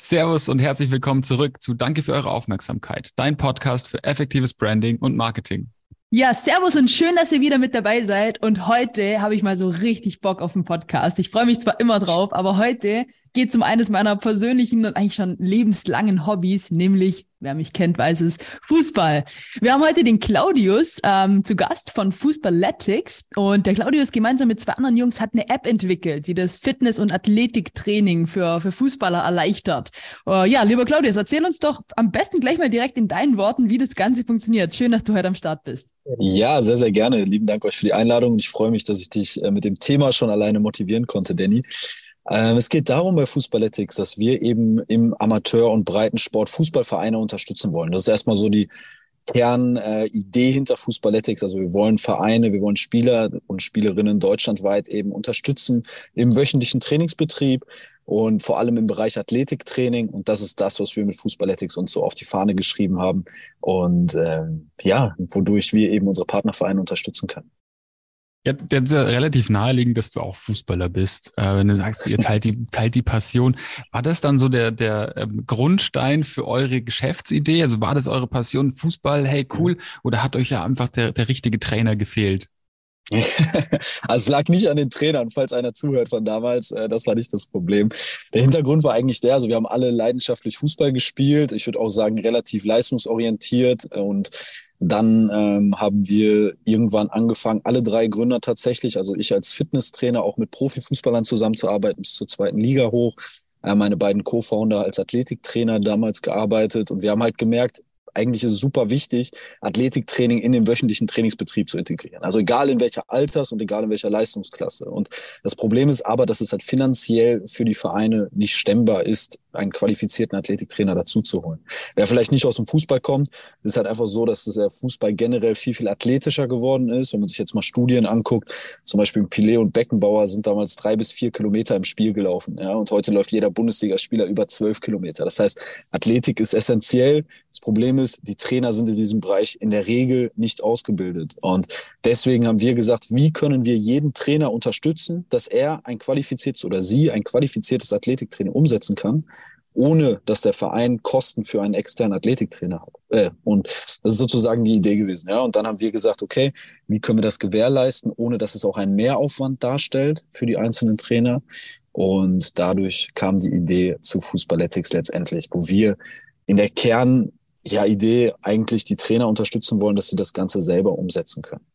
Servus und herzlich willkommen zurück zu Danke für eure Aufmerksamkeit, dein Podcast für effektives Branding und Marketing. Ja, servus und schön, dass ihr wieder mit dabei seid. Und heute habe ich mal so richtig Bock auf den Podcast. Ich freue mich zwar immer drauf, aber heute geht es um eines meiner persönlichen und eigentlich schon lebenslangen Hobbys, nämlich, wer mich kennt, weiß es, Fußball. Wir haben heute den Claudius zu Gast von Fußballletics und der Claudius gemeinsam mit zwei anderen Jungs hat eine App entwickelt, die das Fitness- und Athletiktraining für Fußballer erleichtert. Ja, lieber Claudius, erzähl uns doch am besten gleich mal direkt in deinen Worten, wie das Ganze funktioniert. Schön, dass du heute am Start bist. Ja, sehr, sehr gerne. Lieben Dank euch für die Einladung. Ich freue mich, dass ich dich mit dem Thema schon alleine motivieren konnte, Danny. Es geht darum bei Fußballletics, dass wir eben im Amateur- und Breitensport Fußballvereine unterstützen wollen. Das ist erstmal so die Kernidee hinter Fußballletics. Also wir wollen Vereine, wir wollen Spieler und Spielerinnen deutschlandweit eben unterstützen im wöchentlichen Trainingsbetrieb und vor allem im Bereich Athletiktraining. Und das ist das, was wir mit Fußballletics uns so auf die Fahne geschrieben haben und wodurch wir eben unsere Partnervereine unterstützen können. Ja, das ist ja relativ naheliegend, dass du auch Fußballer bist. Wenn du sagst, ihr teilt die Passion. War das dann so der Grundstein für eure Geschäftsidee? Also war das eure Passion Fußball? Hey, cool. Oder hat euch ja einfach der richtige Trainer gefehlt? Also es lag nicht an den Trainern, falls einer zuhört von damals, das war nicht das Problem. Der Hintergrund war eigentlich also wir haben alle leidenschaftlich Fußball gespielt, ich würde auch sagen relativ leistungsorientiert und dann haben wir irgendwann angefangen, alle drei Gründer tatsächlich, also ich als Fitnesstrainer auch mit Profifußballern zusammenzuarbeiten bis zur zweiten Liga hoch, meine beiden Co-Founder als Athletiktrainer damals gearbeitet und wir haben halt gemerkt, eigentlich ist es super wichtig, Athletiktraining in den wöchentlichen Trainingsbetrieb zu integrieren. Also egal in welcher Alters- und egal in welcher Leistungsklasse. Und das Problem ist aber, dass es halt finanziell für die Vereine nicht stemmbar ist, einen qualifizierten Athletiktrainer dazu zu holen. Wer vielleicht nicht aus dem Fußball kommt, ist halt einfach so, dass der Fußball generell viel, viel athletischer geworden ist. Wenn man sich jetzt mal Studien anguckt, zum Beispiel Pelé und Beckenbauer sind damals 3 bis 4 Kilometer im Spiel gelaufen. Ja, und heute läuft jeder Bundesligaspieler über 12 Kilometer. Das heißt, Athletik ist essentiell. Das Problem ist, die Trainer sind in diesem Bereich in der Regel nicht ausgebildet. Und deswegen haben wir gesagt, wie können wir jeden Trainer unterstützen, dass er ein qualifiziertes oder sie ein qualifiziertes Athletiktraining umsetzen kann, ohne dass der Verein Kosten für einen externen Athletiktrainer hat. Und das ist sozusagen die Idee gewesen. Ja. Und dann haben wir gesagt, okay, wie können wir das gewährleisten, ohne dass es auch einen Mehraufwand darstellt für die einzelnen Trainer. Und dadurch kam die Idee zu Fußballletics letztendlich, wo wir in der Idee eigentlich die Trainer unterstützen wollen, dass sie das Ganze selber umsetzen können.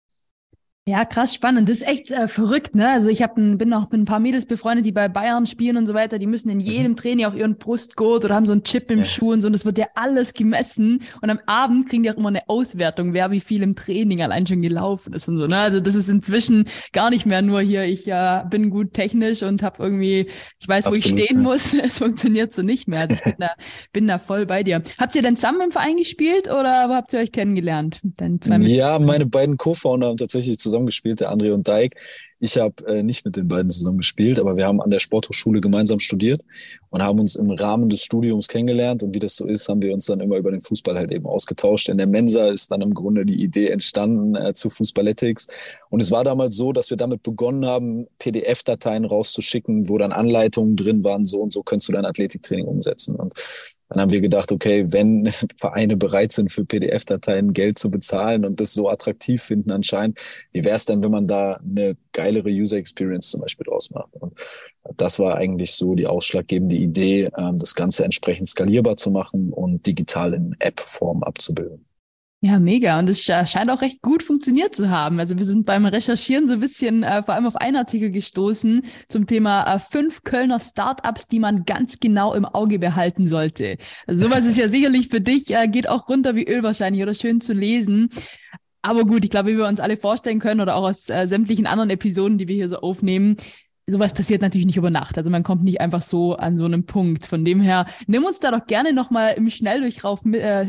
Ja, krass spannend. Das ist echt verrückt, ne? Also ich bin auch mit ein paar Mädels befreundet, die bei Bayern spielen und so weiter. Die müssen in jedem Training auch ihren Brustgurt oder haben so einen Chip im Schuh und so. Und das wird ja alles gemessen. Und am Abend kriegen die auch immer eine Auswertung, wer wie viel im Training allein schon gelaufen ist und so, ne? Also das ist inzwischen gar nicht mehr nur hier, ich bin gut technisch und habe irgendwie, ich weiß, wo Absolut, ich stehen muss. Es funktioniert so nicht mehr. Also ich bin da voll bei dir. Habt ihr denn zusammen im Verein gespielt oder wo habt ihr euch kennengelernt? Ja, meine beiden Co-Founder haben tatsächlich zusammengespielt, der André und Dijk. Ich habe nicht mit den beiden zusammen gespielt, aber wir haben an der Sporthochschule gemeinsam studiert und haben uns im Rahmen des Studiums kennengelernt. Und wie das so ist, haben wir uns dann immer über den Fußball halt eben ausgetauscht. In der Mensa ist dann im Grunde die Idee entstanden zu Fußballletics. Und es war damals so, dass wir damit begonnen haben, PDF-Dateien rauszuschicken, wo dann Anleitungen drin waren, so und so kannst du dein Athletiktraining umsetzen. Und dann haben wir gedacht, okay, wenn Vereine bereit sind, für PDF-Dateien Geld zu bezahlen und das so attraktiv finden anscheinend, wie wäre es denn, wenn man da eine geilere User Experience zum Beispiel draus macht? Und das war eigentlich so die ausschlaggebende Idee, das Ganze entsprechend skalierbar zu machen und digital in App-Form abzubilden. Ja, mega. Und es scheint auch recht gut funktioniert zu haben. Also wir sind beim Recherchieren so ein bisschen vor allem auf einen Artikel gestoßen zum Thema 5 Kölner Startups, die man ganz genau im Auge behalten sollte. Also sowas ist ja sicherlich für dich, geht auch runter wie Öl wahrscheinlich oder schön zu lesen. Aber gut, ich glaube, wie wir uns alle vorstellen können oder auch aus sämtlichen anderen Episoden, die wir hier so aufnehmen, sowas passiert natürlich nicht über Nacht. Also man kommt nicht einfach so an so einem Punkt. Von dem her, nimm uns da doch gerne nochmal im Schnelldurchlauf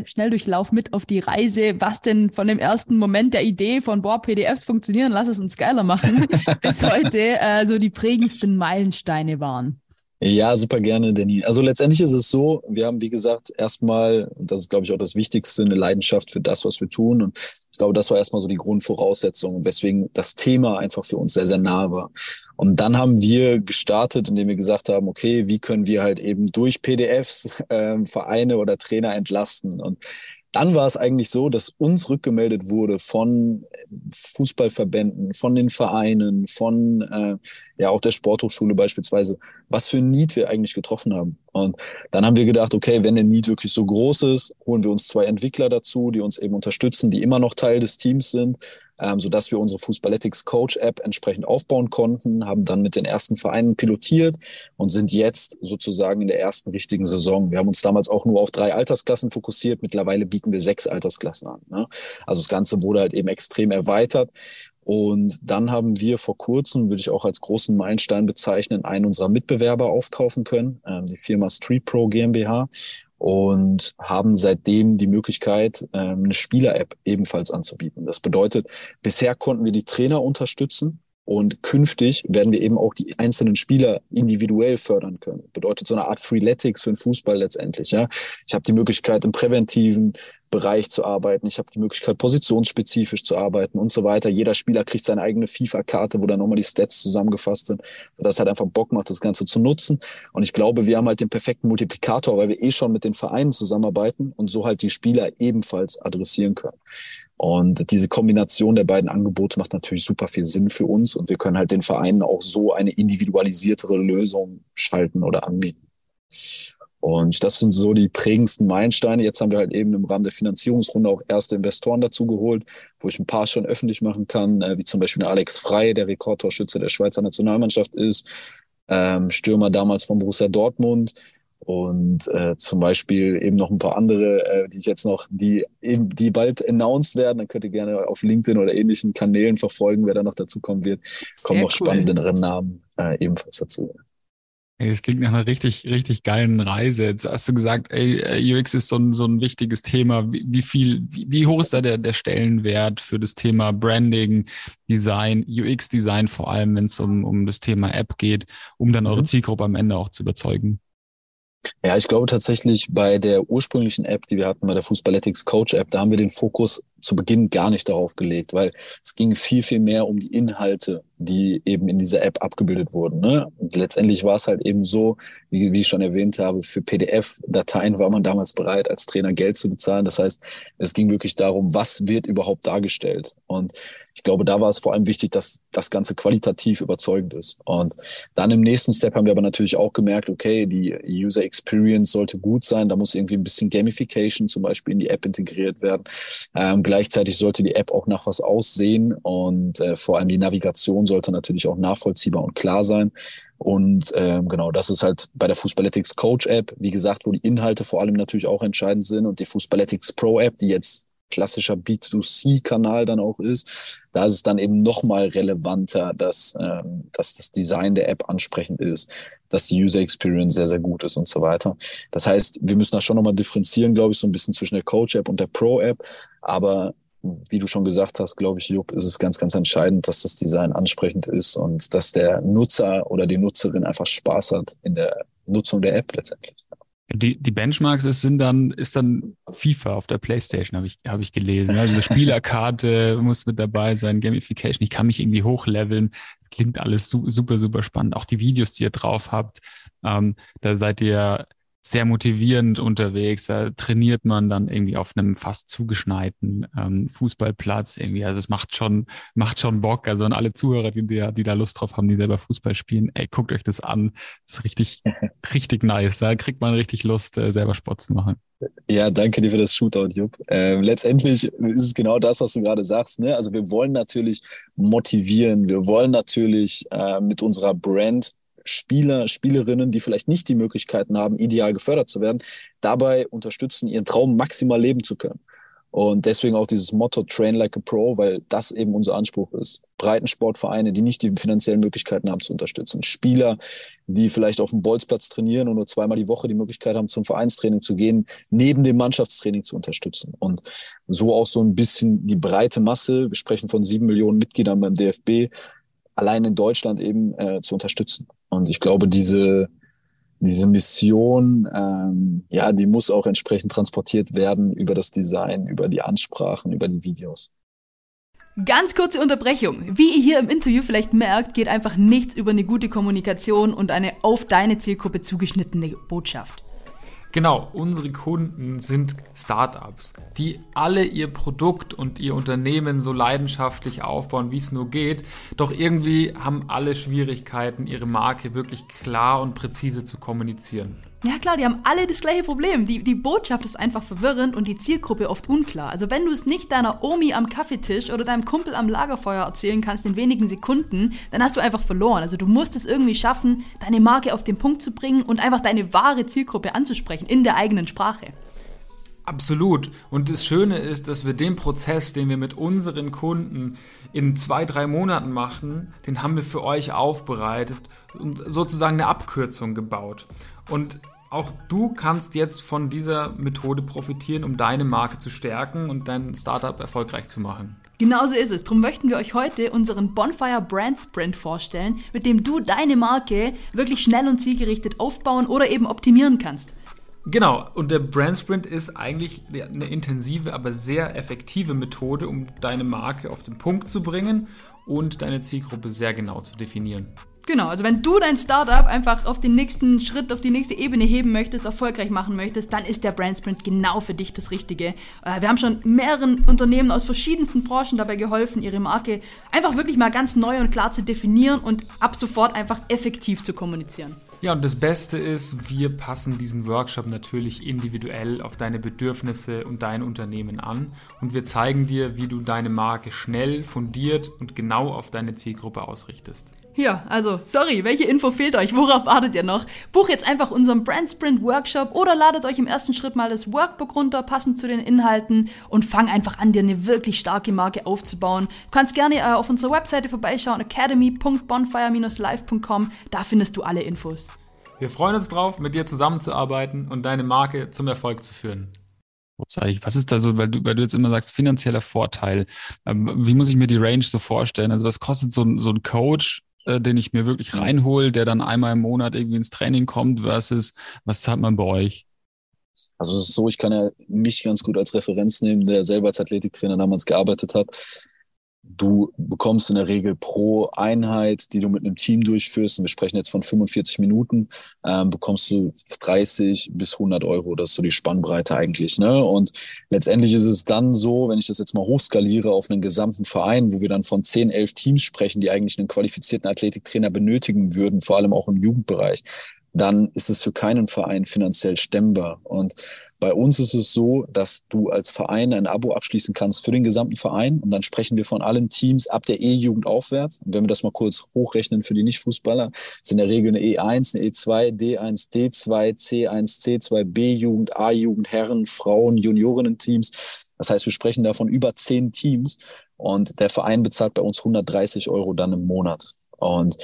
mit auf die Reise, was denn von dem ersten Moment der Idee von, PDFs funktionieren, lass es uns geiler machen, bis heute so die prägendsten Meilensteine waren. Ja, super gerne, Danny. Also letztendlich ist es so, wir haben, wie gesagt, erstmal, und das ist, glaube ich, auch das Wichtigste, eine Leidenschaft für das, was wir tun. Und ich glaube, das war erstmal so die Grundvoraussetzung, weswegen das Thema einfach für uns sehr, sehr nah war. Und dann haben wir gestartet, indem wir gesagt haben, okay, wie können wir halt eben durch PDFs Vereine oder Trainer entlasten? Und dann war es eigentlich so, dass uns rückgemeldet wurde von Fußballverbänden, von den Vereinen, von ja auch der Sporthochschule beispielsweise, was für ein Need wir eigentlich getroffen haben. Und dann haben wir gedacht, okay, wenn der Need wirklich so groß ist, holen wir uns 2 Entwickler dazu, die uns eben unterstützen, die immer noch Teil des Teams sind, sodass wir unsere Fußballletics Coach App entsprechend aufbauen konnten, haben dann mit den ersten Vereinen pilotiert und sind jetzt sozusagen in der ersten richtigen Saison. Wir haben uns damals auch nur auf 3 Altersklassen fokussiert. Mittlerweile bieten wir 6 Altersklassen an. Ne? Also das Ganze wurde halt eben extrem erweitert. Und dann haben wir vor kurzem, würde ich auch als großen Meilenstein bezeichnen, einen unserer Mitbewerber aufkaufen können, die Firma Street Pro GmbH, und haben seitdem die Möglichkeit, eine Spieler-App ebenfalls anzubieten. Das bedeutet, bisher konnten wir die Trainer unterstützen und künftig werden wir eben auch die einzelnen Spieler individuell fördern können. Bedeutet so eine Art Freeletics für den Fußball letztendlich. Ja, ich habe die Möglichkeit, im präventiven Bereich zu arbeiten. Ich habe die Möglichkeit, positionsspezifisch zu arbeiten und so weiter. Jeder Spieler kriegt seine eigene FIFA-Karte, wo dann nochmal die Stats zusammengefasst sind, sodass es halt einfach Bock macht, das Ganze zu nutzen. Und ich glaube, wir haben halt den perfekten Multiplikator, weil wir schon mit den Vereinen zusammenarbeiten und so halt die Spieler ebenfalls adressieren können. Und diese Kombination der beiden Angebote macht natürlich super viel Sinn für uns und wir können halt den Vereinen auch so eine individualisiertere Lösung schalten oder anbieten. Und das sind so die prägendsten Meilensteine. Jetzt haben wir halt eben im Rahmen der Finanzierungsrunde auch erste Investoren dazu geholt, wo ich ein paar schon öffentlich machen kann, wie zum Beispiel Alex Frey, der Rekordtorschütze der Schweizer Nationalmannschaft ist, Stürmer damals von Borussia Dortmund und zum Beispiel eben noch ein paar andere, die ich jetzt noch, die bald announced werden. Dann könnt ihr gerne auf LinkedIn oder ähnlichen Kanälen verfolgen, wer da noch dazu kommen wird. Kommen noch spannendere Namen ebenfalls dazu. Ey, das klingt nach einer richtig, richtig geilen Reise. Jetzt hast du gesagt, ey, UX ist so ein wichtiges Thema. Wie hoch ist da der Stellenwert für das Thema Branding, Design, UX-Design, vor allem, wenn es um das Thema App geht, um dann eure Zielgruppe am Ende auch zu überzeugen? Ja, ich glaube tatsächlich bei der ursprünglichen App, die wir hatten, bei der Fußballletics Coach App, da haben wir den Fokus zu Beginn gar nicht darauf gelegt, weil es ging viel, viel mehr um die Inhalte, die eben in dieser App abgebildet wurden. Ne? Und letztendlich war es halt eben so, wie ich schon erwähnt habe, für PDF-Dateien war man damals bereit, als Trainer Geld zu bezahlen. Das heißt, es ging wirklich darum, was wird überhaupt dargestellt. Und ich glaube, da war es vor allem wichtig, dass das Ganze qualitativ überzeugend ist. Und dann im nächsten Step haben wir aber natürlich auch gemerkt, okay, die User Experience sollte gut sein. Da muss irgendwie ein bisschen Gamification zum Beispiel in die App integriert werden. Gleichzeitig sollte die App auch nach was aussehen und vor allem die Navigation sollte natürlich auch nachvollziehbar und klar sein. Und genau, das ist halt bei der Fußballletics Coach App, wie gesagt, wo die Inhalte vor allem natürlich auch entscheidend sind und die Fußballletics Pro App, die jetzt klassischer B2C-Kanal dann auch ist, da ist es dann eben nochmal relevanter, dass das Design der App ansprechend ist, dass die User Experience sehr, sehr gut ist und so weiter. Das heißt, wir müssen da schon nochmal differenzieren, glaube ich, so ein bisschen zwischen der Coach-App und der Pro-App. Aber wie du schon gesagt hast, glaube ich, Jupp, ist es ganz, ganz entscheidend, dass das Design ansprechend ist und dass der Nutzer oder die Nutzerin einfach Spaß hat in der Nutzung der App letztendlich. Die Benchmarks ist dann FIFA auf der PlayStation, habe ich gelesen. Also eine Spielerkarte muss mit dabei sein, Gamification. Ich kann mich irgendwie hochleveln. Klingt alles super, super spannend. Auch die Videos, die ihr drauf habt, da seid ihr sehr motivierend unterwegs. Da trainiert man dann irgendwie auf einem fast zugeschneiten Fußballplatz irgendwie. Also es macht schon Bock. Also an alle Zuhörer, die da Lust drauf haben, die selber Fußball spielen, ey, guckt euch das an. Das ist richtig, richtig nice. Da kriegt man richtig Lust, selber Sport zu machen. Ja, danke dir für das Shootout, Jupp. Letztendlich ist es genau das, was du gerade sagst. Ne? Also wir wollen natürlich motivieren. Wir wollen natürlich mit unserer Brand Spieler, Spielerinnen, die vielleicht nicht die Möglichkeiten haben, ideal gefördert zu werden, dabei unterstützen, ihren Traum maximal leben zu können. Und deswegen auch dieses Motto Train like a Pro, weil das eben unser Anspruch ist. Breitensportvereine, die nicht die finanziellen Möglichkeiten haben, zu unterstützen. Spieler, die vielleicht auf dem Bolzplatz trainieren und nur 2-mal die Woche die Möglichkeit haben, zum Vereinstraining zu gehen, neben dem Mannschaftstraining zu unterstützen. Und so auch so ein bisschen die breite Masse, wir sprechen von 7 Millionen Mitgliedern beim DFB, allein in Deutschland eben zu unterstützen. Und ich glaube, diese Mission, die muss auch entsprechend transportiert werden über das Design, über die Ansprachen, über die Videos. Ganz kurze Unterbrechung. Wie ihr hier im Interview vielleicht merkt, geht einfach nichts über eine gute Kommunikation und eine auf deine Zielgruppe zugeschnittene Botschaft. Genau, unsere Kunden sind Startups, die alle ihr Produkt und ihr Unternehmen so leidenschaftlich aufbauen, wie es nur geht. Doch irgendwie haben alle Schwierigkeiten, ihre Marke wirklich klar und präzise zu kommunizieren. Ja klar, die haben alle das gleiche Problem. Die Botschaft ist einfach verwirrend und die Zielgruppe oft unklar. Also wenn du es nicht deiner Omi am Kaffeetisch oder deinem Kumpel am Lagerfeuer erzählen kannst in wenigen Sekunden, dann hast du einfach verloren. Also du musst es irgendwie schaffen, deine Marke auf den Punkt zu bringen und einfach deine wahre Zielgruppe anzusprechen in der eigenen Sprache. Absolut. Und das Schöne ist, dass wir den Prozess, den wir mit unseren Kunden in 2-3 Monaten machen, den haben wir für euch aufbereitet und sozusagen eine Abkürzung gebaut. Und auch du kannst jetzt von dieser Methode profitieren, um deine Marke zu stärken und dein Startup erfolgreich zu machen. Genauso ist es. Darum möchten wir euch heute unseren Bonfire Brand Sprint vorstellen, mit dem du deine Marke wirklich schnell und zielgerichtet aufbauen oder eben optimieren kannst. Genau, und der Brand Sprint ist eigentlich eine intensive, aber sehr effektive Methode, um deine Marke auf den Punkt zu bringen und deine Zielgruppe sehr genau zu definieren. Genau, also wenn du dein Startup einfach auf den nächsten Schritt, auf die nächste Ebene heben möchtest, erfolgreich machen möchtest, dann ist der Brand Sprint genau für dich das Richtige. Wir haben schon mehreren Unternehmen aus verschiedensten Branchen dabei geholfen, ihre Marke einfach wirklich mal ganz neu und klar zu definieren und ab sofort einfach effektiv zu kommunizieren. Ja, und das Beste ist, wir passen diesen Workshop natürlich individuell auf deine Bedürfnisse und dein Unternehmen an und wir zeigen dir, wie du deine Marke schnell, fundiert und genau auf deine Zielgruppe ausrichtest. Ja, also, sorry, welche Info fehlt euch? Worauf wartet ihr noch? Bucht jetzt einfach unseren Brand Sprint Workshop oder ladet euch im ersten Schritt mal das Workbook runter, passend zu den Inhalten und fang einfach an, dir eine wirklich starke Marke aufzubauen. Du kannst gerne auf unserer Webseite vorbeischauen, academy.bonfire-live.com, da findest du alle Infos. Wir freuen uns drauf, mit dir zusammenzuarbeiten und deine Marke zum Erfolg zu führen. Was ist da so, weil du jetzt immer sagst, finanzieller Vorteil. Wie muss ich mir die Range so vorstellen? Also was kostet so ein Coach, den ich mir wirklich reinhole, der dann einmal im Monat irgendwie ins Training kommt, versus was zahlt man bei euch? Also es ist so, ich kann ja mich ganz gut als Referenz nehmen, der selber als Athletiktrainer damals gearbeitet hat. Du bekommst in der Regel pro Einheit, die du mit einem Team durchführst, und wir sprechen jetzt von 45 Minuten, bekommst du 30 bis 100 Euro. Das ist so die Spannbreite eigentlich, ne? Und letztendlich ist es dann so, wenn ich das jetzt mal hochskaliere auf einen gesamten Verein, wo wir dann von 10, 11 Teams sprechen, die eigentlich einen qualifizierten Athletiktrainer benötigen würden, vor allem auch im Jugendbereich, dann ist es für keinen Verein finanziell stemmbar. Und bei uns ist es so, dass du als Verein ein Abo abschließen kannst für den gesamten Verein. Und dann sprechen wir von allen Teams ab der E-Jugend aufwärts. Und wenn wir das mal kurz hochrechnen für die Nicht-Fußballer, ist in der Regel eine E1, eine E2, D1, D2, C1, C2, B-Jugend, A-Jugend, Herren, Frauen, Juniorinnen-Teams. Das heißt, wir sprechen da von über 10 Teams. Und der Verein bezahlt bei uns 130 Euro dann im Monat. Und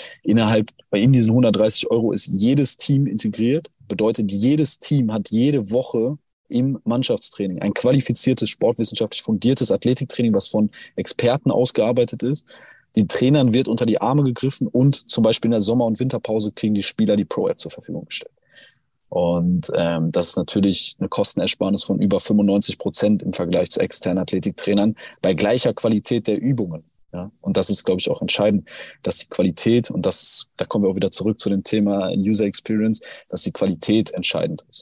in diesen 130 Euro ist jedes Team integriert. Bedeutet, jedes Team hat jede Woche im Mannschaftstraining ein qualifiziertes, sportwissenschaftlich fundiertes Athletiktraining, was von Experten ausgearbeitet ist. Den Trainern wird unter die Arme gegriffen und zum Beispiel in der Sommer- und Winterpause kriegen die Spieler die Pro-App zur Verfügung gestellt. Und das ist natürlich eine Kostenersparnis von über 95% im Vergleich zu externen Athletiktrainern bei gleicher Qualität der Übungen. Ja, und das ist, glaube ich, auch entscheidend, dass die Qualität, und da kommen wir auch wieder zurück zu dem Thema User Experience, dass die Qualität entscheidend ist.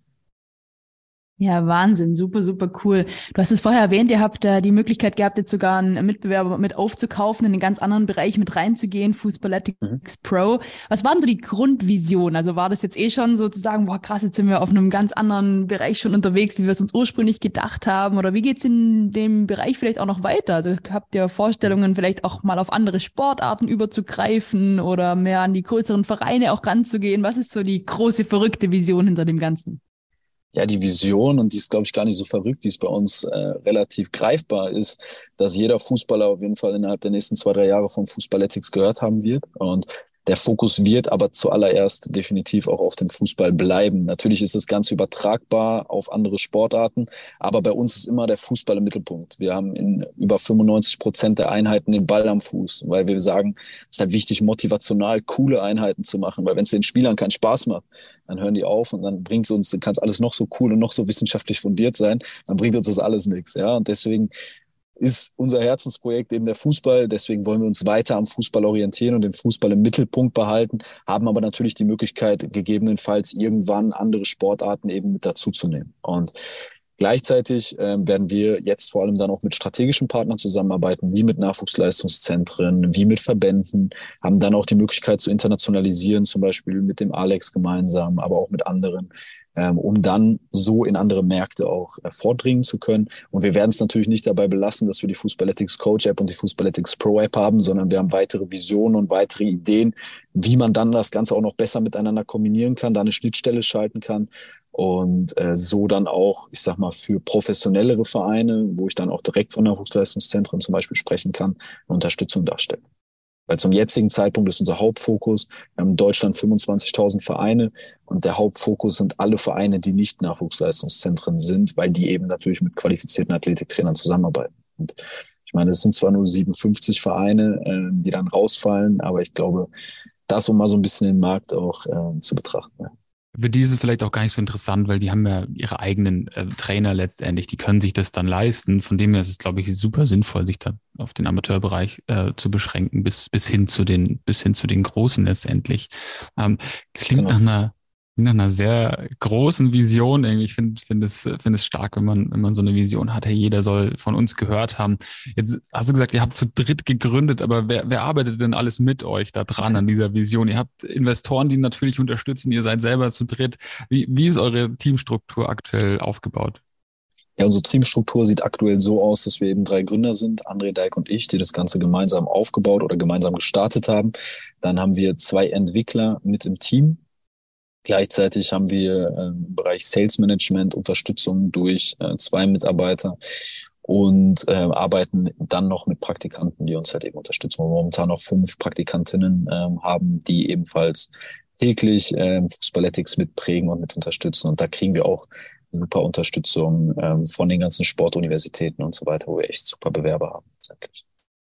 Ja, Wahnsinn, super, super cool. Du hast es vorher erwähnt, ihr habt die Möglichkeit gehabt, jetzt sogar einen Mitbewerber mit aufzukaufen, in einen ganz anderen Bereich mit reinzugehen, Fußballletics Pro. Was war denn so die Grundvision? Also war das jetzt schon sozusagen, boah krass, jetzt sind wir auf einem ganz anderen Bereich schon unterwegs, wie wir es uns ursprünglich gedacht haben? Oder wie geht's in dem Bereich vielleicht auch noch weiter? Also habt ihr Vorstellungen, vielleicht auch mal auf andere Sportarten überzugreifen oder mehr an die größeren Vereine auch ranzugehen? Was ist so die große, verrückte Vision hinter dem Ganzen? Ja, die Vision, und die ist, glaube ich, gar nicht so verrückt, die ist bei uns relativ greifbar, ist, dass jeder Fußballer auf jeden Fall innerhalb der nächsten 2-3 Jahre vom Fußballletics gehört haben wird. Und der Fokus wird aber zuallererst definitiv auch auf dem Fußball bleiben. Natürlich ist das Ganze übertragbar auf andere Sportarten, aber bei uns ist immer der Fußball im Mittelpunkt. Wir haben in über 95% der Einheiten den Ball am Fuß, weil wir sagen, es ist halt wichtig, motivational coole Einheiten zu machen, weil wenn es den Spielern keinen Spaß macht, dann hören die auf und dann bringt es uns, dann kann es alles noch so cool und noch so wissenschaftlich fundiert sein, dann bringt uns das alles nichts. Ja, und deswegen ist unser Herzensprojekt eben der Fußball. Deswegen wollen wir uns weiter am Fußball orientieren und den Fußball im Mittelpunkt behalten, haben aber natürlich die Möglichkeit, gegebenenfalls irgendwann andere Sportarten eben mit dazuzunehmen. Und gleichzeitig werden wir jetzt vor allem dann auch mit strategischen Partnern zusammenarbeiten, wie mit Nachwuchsleistungszentren, wie mit Verbänden, haben dann auch die Möglichkeit zu internationalisieren, zum Beispiel mit dem Alex gemeinsam, aber auch mit anderen, um dann so in andere Märkte auch vordringen zu können. Und wir werden es natürlich nicht dabei belassen, dass wir die Fußballletics Coach App und die Fußballletics Pro App haben, sondern wir haben weitere Visionen und weitere Ideen, wie man dann das Ganze auch noch besser miteinander kombinieren kann, da eine Schnittstelle schalten kann. Und so dann auch, ich sag mal, für professionellere Vereine, wo ich dann auch direkt von Nachwuchsleistungszentren zum Beispiel sprechen kann, eine Unterstützung darstellen. Weil zum jetzigen Zeitpunkt ist unser Hauptfokus, wir haben in Deutschland 25.000 Vereine und der Hauptfokus sind alle Vereine, die nicht Nachwuchsleistungszentren sind, weil die eben natürlich mit qualifizierten Athletiktrainern zusammenarbeiten. Und ich meine, es sind zwar nur 57 Vereine, die dann rausfallen, aber ich glaube, das um mal so ein bisschen den Markt auch zu betrachten. Ja. Für die ist es vielleicht auch gar nicht so interessant, weil die haben ja ihre eigenen Trainer letztendlich, die können sich das dann leisten. Von dem her ist es, glaube ich, super sinnvoll, sich da auf den Amateurbereich zu beschränken, bis hin zu den Großen letztendlich. Es klingt nach einer sehr großen Vision. Ich finde es stark, wenn man so eine Vision hat. Hey, jeder soll von uns gehört haben. Jetzt hast du gesagt, ihr habt zu dritt gegründet, aber wer arbeitet denn alles mit euch da dran an dieser Vision? Ihr habt Investoren, die natürlich unterstützen. Ihr seid selber zu dritt. Wie ist eure Teamstruktur aktuell aufgebaut? Ja, unsere Teamstruktur sieht aktuell so aus, dass wir eben 3 Gründer sind, André, Dijk und ich, die das Ganze gemeinsam aufgebaut oder gemeinsam gestartet haben. Dann haben wir 2 Entwickler mit im Team. Gleichzeitig haben wir im Bereich Sales Management Unterstützung durch 2 Mitarbeiter und arbeiten dann noch mit Praktikanten, die uns halt eben unterstützen. Wir momentan noch 5 Praktikantinnen haben, die ebenfalls täglich Fußballletics mitprägen und mit unterstützen. Und da kriegen wir auch super Unterstützung von den ganzen Sportuniversitäten und so weiter, wo wir echt super Bewerber haben letztendlich.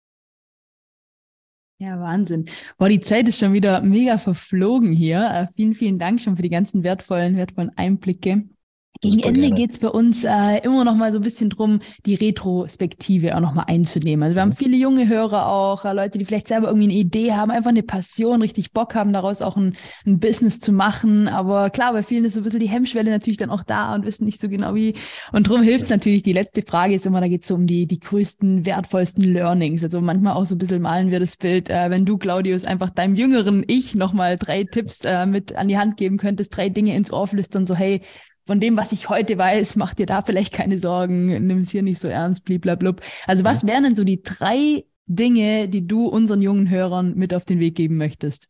Ja, Wahnsinn. Boah, die Zeit ist schon wieder mega verflogen hier. Vielen, vielen Dank schon für die ganzen wertvollen Einblicke. Gegen Ende geht's bei uns immer noch mal so ein bisschen drum, die Retrospektive auch noch mal einzunehmen. Also wir haben viele junge Hörer auch, Leute, die vielleicht selber irgendwie eine Idee haben, einfach eine Passion, richtig Bock haben, daraus auch ein Business zu machen. Aber klar, bei vielen ist so ein bisschen die Hemmschwelle natürlich dann auch da und wissen nicht so genau wie. Und drum hilft's natürlich. Die letzte Frage ist immer, da geht's so um die größten, wertvollsten Learnings. Also manchmal auch so ein bisschen malen wir das Bild, wenn du, Claudius, einfach deinem jüngeren Ich noch mal 3 Tipps mit an die Hand geben könntest, 3 Dinge ins Ohr flüstern, so hey, von dem, was ich heute weiß, mach dir da vielleicht keine Sorgen, nimm es hier nicht so ernst, bliblablub. Also was wären denn so die 3 Dinge, die du unseren jungen Hörern mit auf den Weg geben möchtest?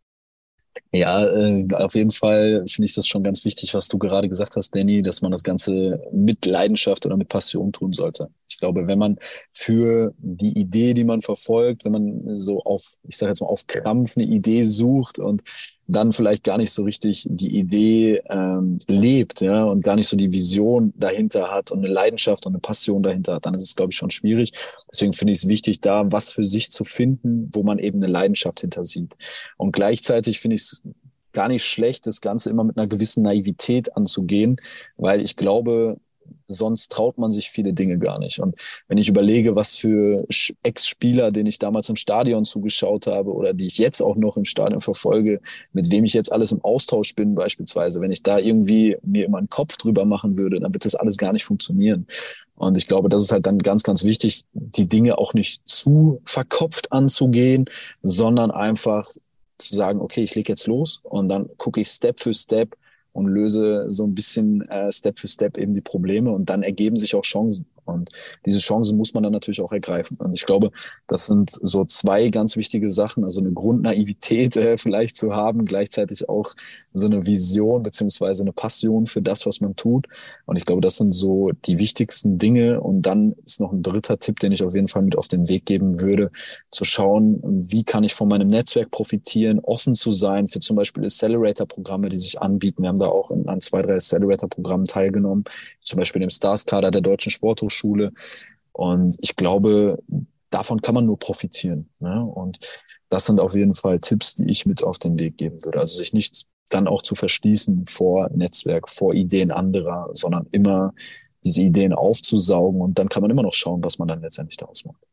Ja, auf jeden Fall finde ich das schon ganz wichtig, was du gerade gesagt hast, Danny, dass man das Ganze mit Leidenschaft oder mit Passion tun sollte. Ich glaube, wenn man für die Idee, die man verfolgt, wenn man so ich sage jetzt mal auf Krampf eine Idee sucht und dann vielleicht gar nicht so richtig die Idee lebt, ja, und gar nicht so die Vision dahinter hat und eine Leidenschaft und eine Passion dahinter hat, dann ist es, glaube ich, schon schwierig. Deswegen finde ich es wichtig, da was für sich zu finden, wo man eben eine Leidenschaft hinter sieht. Und gleichzeitig finde ich es gar nicht schlecht, das Ganze immer mit einer gewissen Naivität anzugehen, weil ich glaube, sonst traut man sich viele Dinge gar nicht. Und wenn ich überlege, was für Ex-Spieler, denen ich damals im Stadion zugeschaut habe oder die ich jetzt auch noch im Stadion verfolge, mit wem ich jetzt alles im Austausch bin beispielsweise, wenn ich da irgendwie mir immer einen Kopf drüber machen würde, dann wird das alles gar nicht funktionieren. Und ich glaube, das ist halt dann ganz, ganz wichtig, die Dinge auch nicht zu verkopft anzugehen, sondern einfach zu sagen, okay, ich lege jetzt los und dann gucke ich Step für Step und löse so ein bisschen Step für Step eben die Probleme und dann ergeben sich auch Chancen. Und diese Chancen muss man dann natürlich auch ergreifen. Und ich glaube, das sind so 2 ganz wichtige Sachen. Also eine Grundnaivität vielleicht zu haben, gleichzeitig auch so eine Vision beziehungsweise eine Passion für das, was man tut. Und ich glaube, das sind so die wichtigsten Dinge. Und dann ist noch ein 3. Tipp, den ich auf jeden Fall mit auf den Weg geben würde, zu schauen, wie kann ich von meinem Netzwerk profitieren, offen zu sein für zum Beispiel Accelerator-Programme, die sich anbieten. Wir haben da auch an 2, 3 Accelerator-Programmen teilgenommen, zum Beispiel dem Stars-Kader der Deutschen Sporthochschule. Und ich glaube, davon kann man nur profitieren. Ne? Und das sind auf jeden Fall Tipps, die ich mit auf den Weg geben würde. Also sich nicht dann auch zu verschließen vor Netzwerk, vor Ideen anderer, sondern immer diese Ideen aufzusaugen und dann kann man immer noch schauen, was man dann letztendlich daraus macht.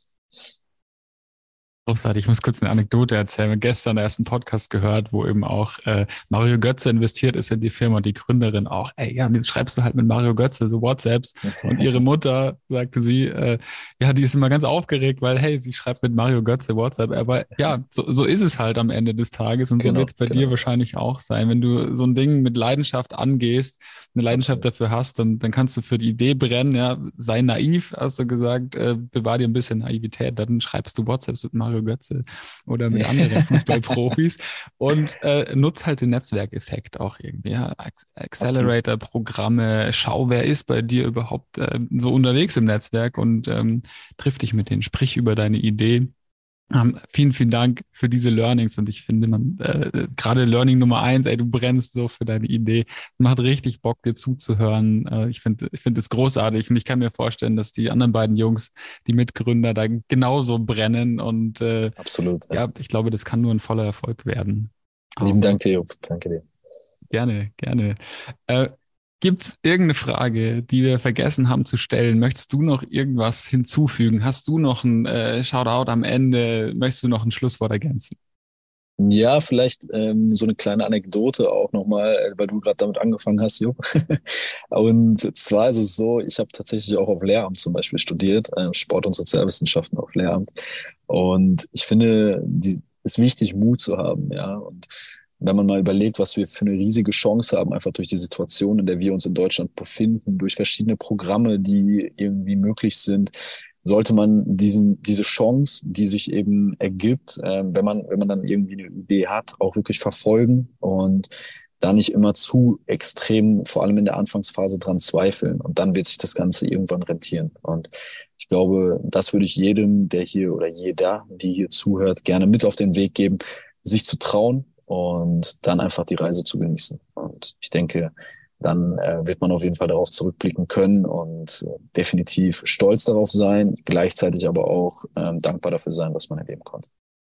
Großartig, ich muss kurz eine Anekdote erzählen. Wir haben gestern den ersten Podcast gehört, wo eben auch Mario Götze investiert ist in die Firma und die Gründerin auch, ja, jetzt schreibst du halt mit Mario Götze so WhatsApps. Und ihre Mutter, sagte sie, ja, die ist immer ganz aufgeregt, weil, hey, sie schreibt mit Mario Götze WhatsApp. Aber ja, so ist es halt am Ende des Tages und so wird es bei dir wahrscheinlich auch sein. Wenn du so ein Ding mit Leidenschaft angehst, eine Leidenschaft dafür hast, dann kannst du für die Idee brennen, ja, sei naiv, hast du gesagt, bewahr dir ein bisschen Naivität, dann schreibst du WhatsApps mit Mario Götze oder mit anderen Fußballprofis und nutzt halt den Netzwerkeffekt auch irgendwie. Ja. Accelerator-Programme, schau, wer ist bei dir überhaupt so unterwegs im Netzwerk und triff dich mit denen, sprich über deine Idee. Vielen, vielen Dank für diese Learnings und ich finde, man gerade Learning Nummer 1, du brennst so für deine Idee, macht richtig Bock, dir zuzuhören. Ich finde es großartig und ich kann mir vorstellen, dass die anderen beiden Jungs, die Mitgründer, da genauso brennen und absolut. Ja, ich glaube, das kann nur ein voller Erfolg werden. Lieben Dank, Theo. Danke dir. Gerne, gerne. Gibt es irgendeine Frage, die wir vergessen haben zu stellen? Möchtest du noch irgendwas hinzufügen? Hast du noch ein Shoutout am Ende? Möchtest du noch ein Schlusswort ergänzen? Ja, vielleicht so eine kleine Anekdote auch nochmal, weil du gerade damit angefangen hast, Jo. Und zwar ist es so, ich habe tatsächlich auch auf Lehramt zum Beispiel studiert, Sport- und Sozialwissenschaften auf Lehramt. Und ich finde, es ist wichtig, Mut zu haben, ja. Und wenn man mal überlegt, was wir für eine riesige Chance haben, einfach durch die Situation, in der wir uns in Deutschland befinden, durch verschiedene Programme, die irgendwie möglich sind, sollte man diese Chance, die sich eben ergibt, wenn man dann irgendwie eine Idee hat, auch wirklich verfolgen und da nicht immer zu extrem, vor allem in der Anfangsphase, dran zweifeln. Und dann wird sich das Ganze irgendwann rentieren. Und ich glaube, das würde ich jedem, der hier oder jeder, die hier zuhört, gerne mit auf den Weg geben, sich zu trauen und dann einfach die Reise zu genießen. Und ich denke, dann wird man auf jeden Fall darauf zurückblicken können und definitiv stolz darauf sein, gleichzeitig aber auch dankbar dafür sein, was man erleben konnte.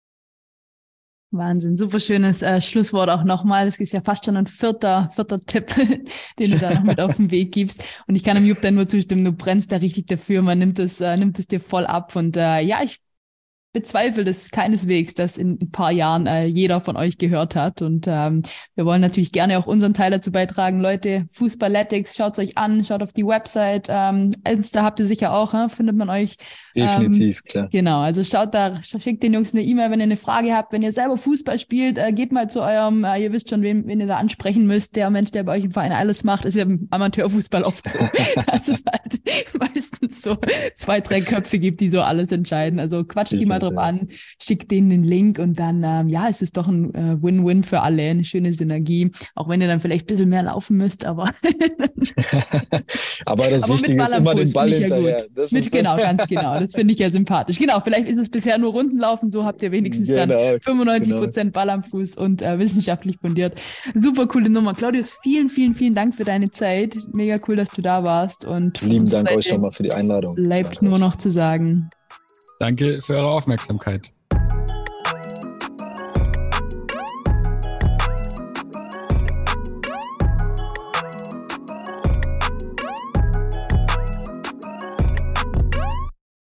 Wahnsinn, super schönes Schlusswort auch nochmal. Das ist ja fast schon ein vierter Tipp, den du da noch mit auf den Weg gibst. Und ich kann dem Jupp dann nur zustimmen, du brennst da richtig dafür, man nimmt es dir voll ab. Und ja, ich bezweifle das keineswegs, dass in ein paar Jahren jeder von euch gehört hat. Und wir wollen natürlich gerne auch unseren Teil dazu beitragen. Leute, Fußballletics, schaut es euch an, schaut auf die Website. Insta habt ihr sicher auch, findet man euch. Definitiv, klar. Genau, also schaut da, schickt den Jungs eine E-Mail, wenn ihr eine Frage habt. Wenn ihr selber Fußball spielt, geht mal zu eurem, ihr wisst schon, wen ihr da ansprechen müsst. Der Mensch, der bei euch im Verein alles macht, ist ja im Amateurfußball oft so. Dass es halt meistens so 2, 3 Köpfe gibt, die so alles entscheiden. Also quatscht die mal drauf an, schickt denen den Link und dann, es ist doch ein Win-Win für alle, eine schöne Synergie. Auch wenn ihr dann vielleicht ein bisschen mehr laufen müsst, aber aber das Wichtige ist immer den Ball hinterher. Genau, ganz genau. Das finde ich ja sympathisch. Genau, vielleicht ist es bisher nur Rundenlaufen, so habt ihr wenigstens dann 95% Ball am Fuß und wissenschaftlich fundiert. Super coole Nummer. Claudius, vielen, vielen, vielen Dank für deine Zeit. Mega cool, dass du da warst. Und lieben Dank euch nochmal für die Einladung. Bleibt nur noch zu sagen. Danke für eure Aufmerksamkeit.